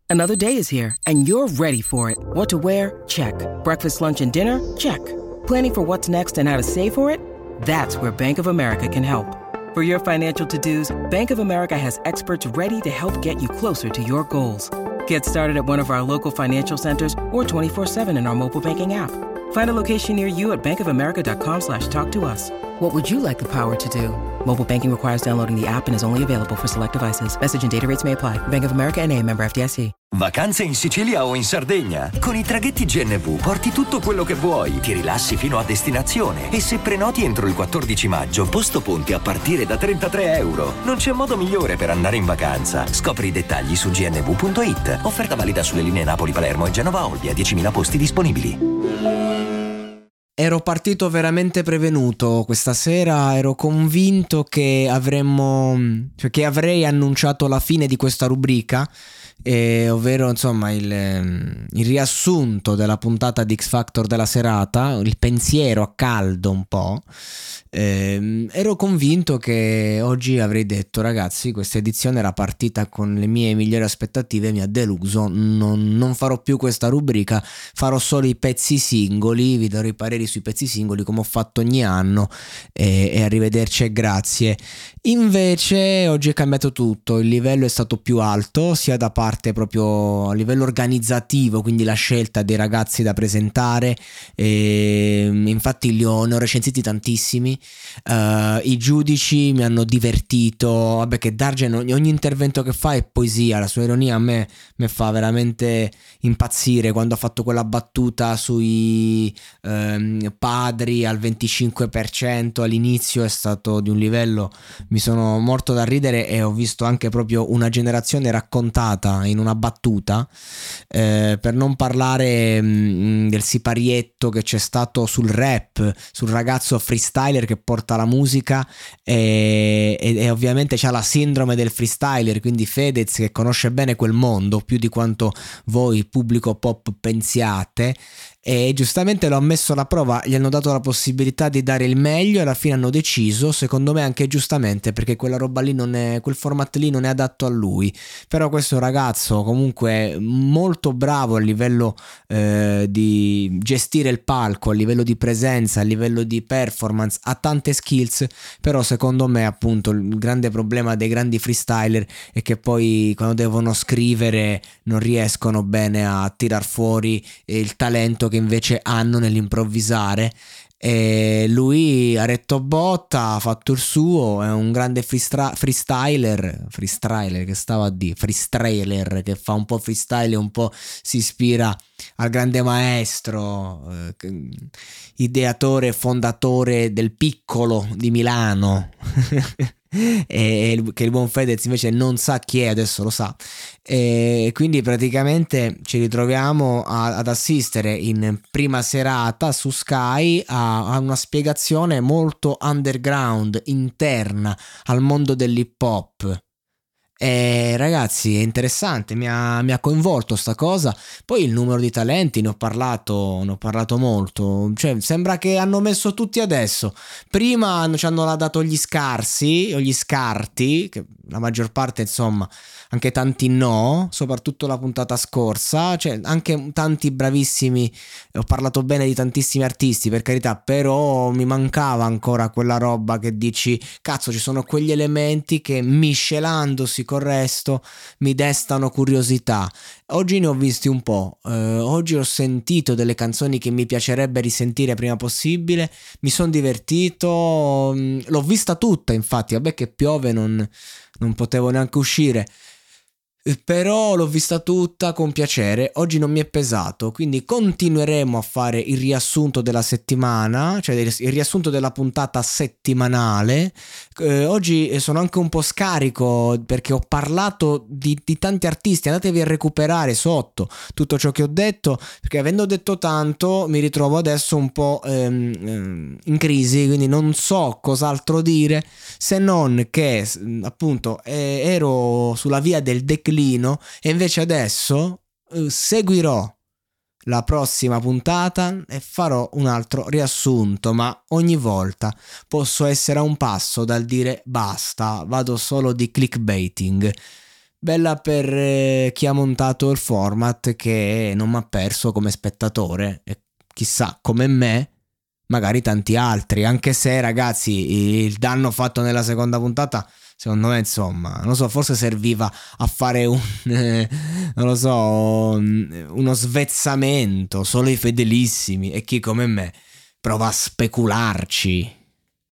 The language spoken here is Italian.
Another day is here, and you're ready for it. What to wear? Check. Breakfast, lunch, and dinner? Check. Planning for what's next and how to save for it? That's where Bank of America can help. For your financial to-dos, Bank of America has experts ready to help get you closer to your goals. Get started at one of our local financial centers or 24/7 in our mobile banking app. Find a location near you at bankofamerica.com/talktous. What would you like the power to do? Mobile banking requires downloading the app and is only available for select devices. Message and data rates may apply. Bank of America N.A., member FDIC. Vacanze in Sicilia o in Sardegna. Con i traghetti GNV porti tutto quello che vuoi, ti rilassi fino a destinazione e se prenoti entro il 14 maggio, posto ponti a partire da €33. Non c'è modo migliore per andare in vacanza. Scopri i dettagli su gnv.it. Offerta valida sulle linee Napoli-Palermo e Genova-Olbia, 10.000 posti disponibili. Ero partito veramente prevenuto questa sera, ero convinto che avrei annunciato la fine di questa rubrica, ovvero insomma il riassunto della puntata di X Factor della serata, il pensiero a caldo un po'. Ero convinto che oggi avrei detto: ragazzi, questa edizione era partita con le mie migliori aspettative, mi ha deluso, non farò più questa rubrica, farò solo i pezzi singoli, vi darò i pareri sui pezzi singoli come ho fatto ogni anno, e arrivederci e grazie. Invece oggi è cambiato tutto, il livello è stato più alto sia da parte proprio a livello organizzativo, quindi la scelta dei ragazzi da presentare, infatti ne ho recensiti tantissimi. I giudici mi hanno divertito, vabbè che Dargen ogni intervento che fa è poesia, la sua ironia a me fa veramente impazzire. Quando ha fatto quella battuta sui padri al 25% all'inizio è stato di un livello, mi sono morto da ridere, e ho visto anche proprio una generazione raccontata in una battuta, per non parlare del siparietto che c'è stato sul rap, sul ragazzo freestyler che porta la musica, e ovviamente c'ha la sindrome del freestyler, quindi Fedez, che conosce bene quel mondo più di quanto voi pubblico pop pensiate, e giustamente lo ha messo alla prova, gli hanno dato la possibilità di dare il meglio e alla fine hanno deciso, secondo me anche giustamente, perché quella roba lì quel format lì non è adatto a lui. Però questo ragazzo comunque molto bravo a livello di gestire il palco, a livello di presenza, a livello di performance, ha tante skills, però secondo me appunto il grande problema dei grandi freestyler è che poi quando devono scrivere non riescono bene a tirar fuori il talento che invece hanno nell'improvvisare, e lui ha retto botta, ha fatto il suo, è un grande freestyler che stava a dire, freestyler che fa un po' freestyle e un po' si ispira al grande maestro, ideatore e fondatore del Piccolo di Milano e che il buon Fedez invece non sa chi è, adesso lo sa, e quindi praticamente ci ritroviamo ad assistere in prima serata su Sky a una spiegazione molto underground, interna al mondo dell'hip hop. Ragazzi, è interessante, mi ha coinvolto sta cosa. Poi il numero di talenti, ne ho parlato molto, cioè sembra che hanno messo tutti adesso. Prima ci hanno dato gli scarsi o gli scarti, che la maggior parte insomma, anche tanti no, soprattutto la puntata scorsa, cioè anche tanti bravissimi, ho parlato bene di tantissimi artisti per carità, però mi mancava ancora quella roba che dici cazzo, ci sono quegli elementi che miscelandosi col resto mi destano curiosità. Oggi ne ho visti un po', oggi ho sentito delle canzoni che mi piacerebbe risentire prima possibile, mi sono divertito, l'ho vista tutta infatti, vabbè che piove non potevo neanche uscire, però l'ho vista tutta con piacere. Oggi non mi è pesato, quindi continueremo a fare il riassunto della settimana, cioè il riassunto della puntata settimanale. Oggi sono anche un po' scarico perché ho parlato di tanti artisti, andatevi a recuperare sotto tutto ciò che ho detto, perché avendo detto tanto mi ritrovo adesso un po' in crisi, quindi non so cos'altro dire se non che appunto ero sulla via del declino, e invece adesso seguirò la prossima puntata e farò un altro riassunto, ma ogni volta posso essere a un passo dal dire basta, vado solo di clickbaiting. Bella per chi ha montato il format, che non mi ha perso come spettatore, e chissà, come me, magari tanti altri, anche se ragazzi il danno fatto nella seconda puntata secondo me, insomma, non lo so, forse serviva a fare non lo so, uno svezzamento. Solo i fedelissimi e chi come me prova a specularci.